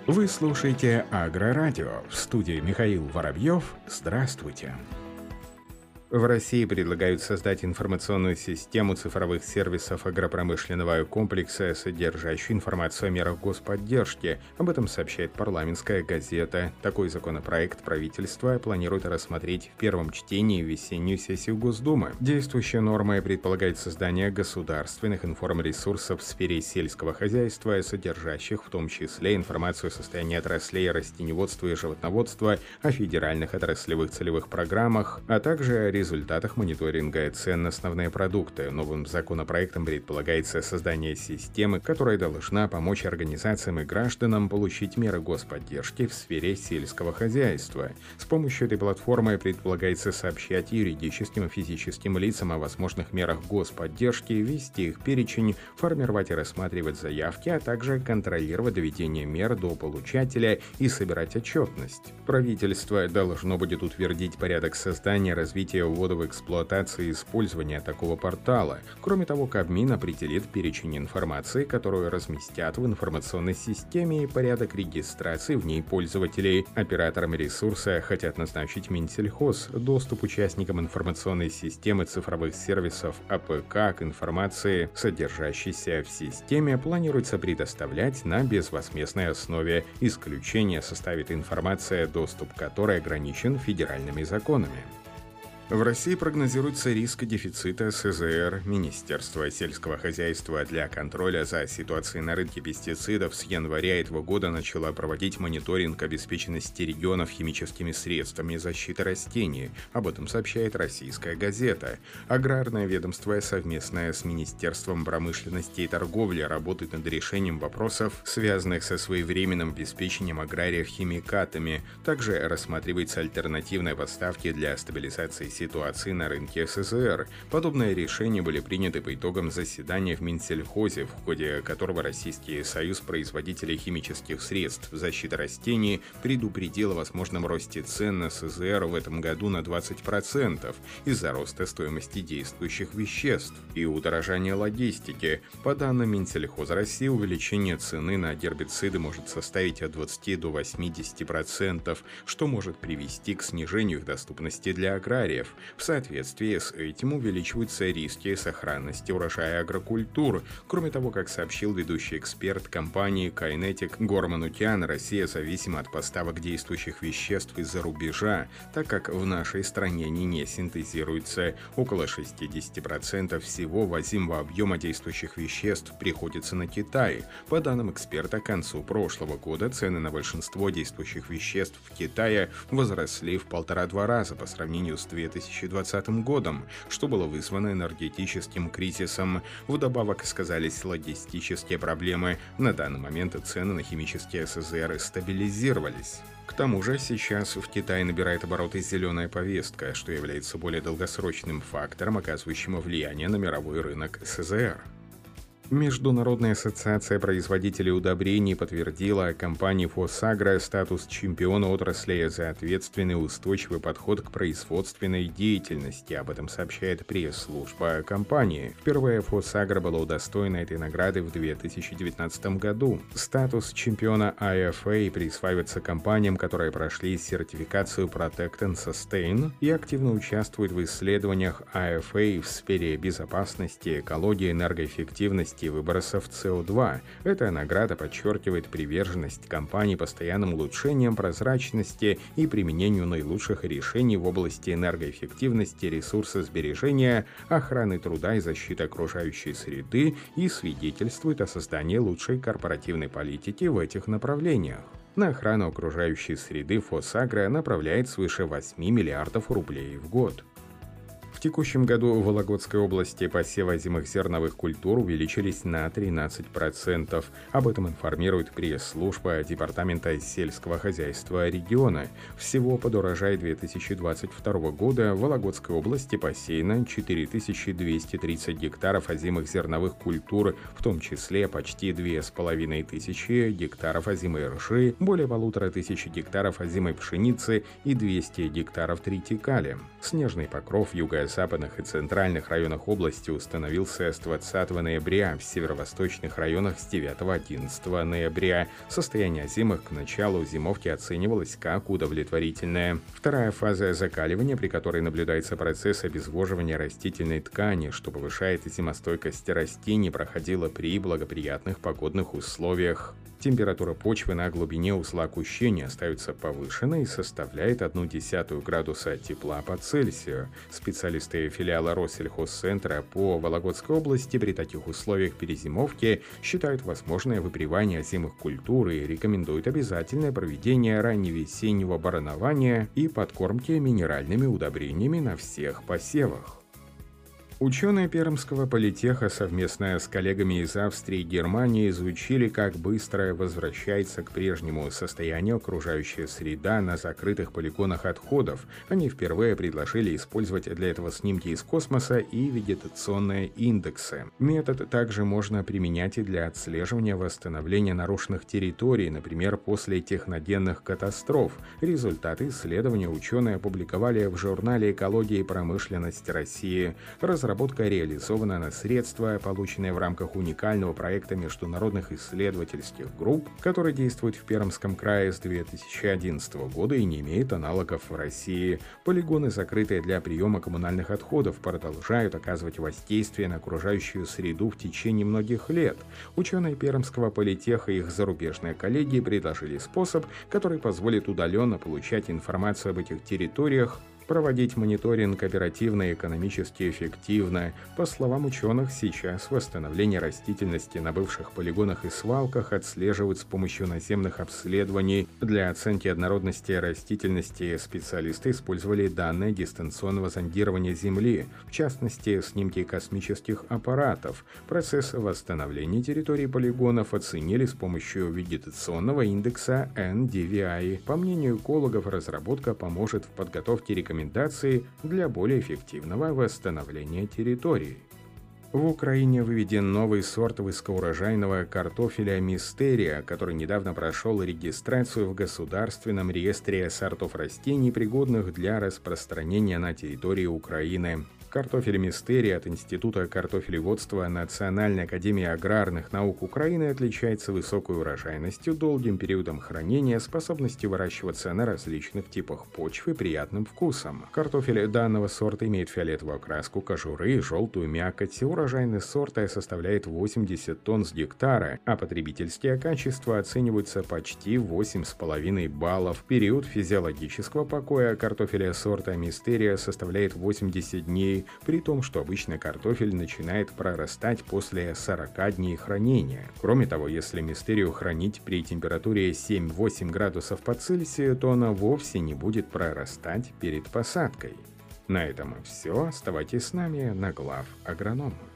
Вы слушаете Агрорадио. В студии Михаил Воробьев. Здравствуйте. В России предлагают создать информационную систему цифровых сервисов агропромышленного комплекса, содержащую информацию о мерах господдержки. Об этом сообщает парламентская газета. Такой законопроект правительство планирует рассмотреть в первом чтении в весеннюю сессию Госдумы. Действующая норма предполагает создание государственных информресурсов в сфере сельского хозяйства, содержащих в том числе информацию о состоянии отраслей растениеводства и животноводства, о федеральных отраслевых целевых программах, а также о результатах мониторинга цен на основные продукты. Новым законопроектом предполагается создание системы, которая должна помочь организациям и гражданам получить меры господдержки в сфере сельского хозяйства. С помощью этой платформы предполагается сообщать юридическим и физическим лицам о возможных мерах господдержки, вести их перечень, формировать и рассматривать заявки, а также контролировать доведение мер до получателя и собирать отчетность. Правительство должно будет утвердить порядок создания, развития, ввода в эксплуатацию и использования такого портала. Кроме того, Кабмин определит перечень информации, которую разместят в информационной системе, и порядок регистрации в ней пользователей. Операторам ресурса хотят назначить Минсельхоз. Доступ участникам информационной системы цифровых сервисов АПК к информации, содержащейся в системе, планируется предоставлять на безвозмездной основе. Исключение составит информация, доступ к которой ограничен федеральными законами. В России прогнозируется риск дефицита СЗР. Министерство сельского хозяйства для контроля за ситуацией на рынке пестицидов с января этого года начало проводить мониторинг обеспеченности регионов химическими средствами защиты растений. Об этом сообщает «Российская газета». Аграрное ведомство совместно с Министерством промышленности и торговли работает над решением вопросов, связанных со своевременным обеспечением аграриев химикатами. Также рассматривается альтернативные поставки для стабилизации ситуации на рынке СЗР. Подобные решения были приняты по итогам заседания в Минсельхозе, в ходе которого Российский союз производителей химических средств защиты растений предупредил о возможном росте цен на СЗР в этом году на 20% из-за роста стоимости действующих веществ и удорожания логистики. По данным Минсельхоза России, увеличение цены на гербициды может составить от 20 до 80%, что может привести к снижению их доступности для аграриев. В соответствии с этим увеличиваются риски сохранности урожая агрокультур. Кроме того, как сообщил ведущий эксперт компании Kinetic Гор Манукян, Россия зависима от поставок действующих веществ из-за рубежа, так как в нашей стране они не синтезируются. Около 60% всего ввозимого объема действующих веществ приходится на Китай. По данным эксперта, к концу прошлого года цены на большинство действующих веществ в Китае возросли в 1,5-2 раза по сравнению с 2020 годом, что было вызвано энергетическим кризисом. Вдобавок сказались логистические проблемы. На данный момент цены на химические СЗР стабилизировались. К тому же сейчас в Китае набирает обороты зеленая повестка, что является более долгосрочным фактором, оказывающим влияние на мировой рынок СЗР. Международная ассоциация производителей удобрений подтвердила компании «Фосагро» статус чемпиона отрасли за ответственный и устойчивый подход к производственной деятельности. Об этом сообщает пресс-служба компании. Впервые «Фосагро» была удостоена этой награды в 2019 году. Статус чемпиона IFA присваивается компаниям, которые прошли сертификацию Protect and Sustain и активно участвуют в исследованиях IFA в сфере безопасности, экологии, энергоэффективности и выбросов СО2. Эта награда подчеркивает приверженность компании постоянным улучшениям прозрачности и применению наилучших решений в области энергоэффективности, ресурсосбережения, охраны труда и защиты окружающей среды и свидетельствует о создании лучшей корпоративной политики в этих направлениях. На охрану окружающей среды «Фосагро» направляет свыше 8 миллиардов рублей в год. В текущем году в Вологодской области посевы озимых зерновых культур увеличились на 13%. Об этом информирует пресс-служба Департамента сельского хозяйства региона. Всего под урожай 2022 года в Вологодской области посеяно 4230 гектаров озимых зерновых культур, в том числе почти 2500 гектаров озимой ржи, более 1500 гектаров озимой пшеницы и 200 гектаров тритикали. Снежный покров юго северо-западных и центральных районах области установился с 20 ноября, в северо-восточных районах с 9-11 ноября. Состояние озимых к началу зимовки оценивалось как удовлетворительное. Вторая фаза закаливания, при которой наблюдается процесс обезвоживания растительной ткани, что повышает зимостойкость растений, проходила при благоприятных погодных условиях. Температура почвы на глубине узла кущения остается повышенной и составляет 0,1 градуса тепла по Цельсию. Специалисты филиала Россельхозцентра по Вологодской области при таких условиях перезимовки считают возможное выпривание озимых культур и рекомендуют обязательное проведение ранневесеннего баранования и подкормки минеральными удобрениями на всех посевах. Ученые Пермского политеха совместно с коллегами из Австрии и Германии изучили, как быстро возвращается к прежнему состоянию окружающая среда на закрытых полигонах отходов. Они впервые предложили использовать для этого снимки из космоса и вегетационные индексы. Метод также можно применять и для отслеживания восстановления нарушенных территорий, например, после техногенных катастроф. Результаты исследования ученые опубликовали в журнале «Экология и промышленность России». Разработка реализована на средства, полученные в рамках уникального проекта международных исследовательских групп, который действует в Пермском крае с 2011 года и не имеет аналогов в России. Полигоны, закрытые для приема коммунальных отходов, продолжают оказывать воздействие на окружающую среду в течение многих лет. Ученые Пермского политеха и их зарубежные коллеги предложили способ, который позволит удаленно получать информацию об этих территориях, проводить мониторинг оперативно и экономически эффективно. По словам ученых, сейчас восстановление растительности на бывших полигонах и свалках отслеживают с помощью наземных обследований. Для оценки однородности растительности специалисты использовали данные дистанционного зондирования Земли, в частности, снимки космических аппаратов. Процесс восстановления территории полигонов оценили с помощью вегетационного индекса NDVI. По мнению экологов, разработка поможет в подготовке рекомендаций для более эффективного восстановления территорий. В Украине выведен новый сорт высокоурожайного картофеля «Мистерия», который недавно прошел регистрацию в Государственном реестре сортов растений, пригодных для распространения на территории Украины. Картофель «Мистерия» от Института картофелеводства Национальной академии аграрных наук Украины отличается высокой урожайностью, долгим периодом хранения, способностью выращиваться на различных типах почвы и приятным вкусом. Картофель данного сорта имеет фиолетовую окраску кожуры и желтую мякоть. Урожайность сорта составляет 80 тонн с гектара, а потребительские качества оцениваются почти 8,5 баллов. Период физиологического покоя картофеля сорта «Мистерия» составляет 80 дней, при том, что обычно картофель начинает прорастать после 40 дней хранения. Кроме того, если «Мистерию» хранить при температуре 7-8 градусов по Цельсию, то она вовсе не будет прорастать перед посадкой. На этом все. Оставайтесь с нами на Глав Агроном.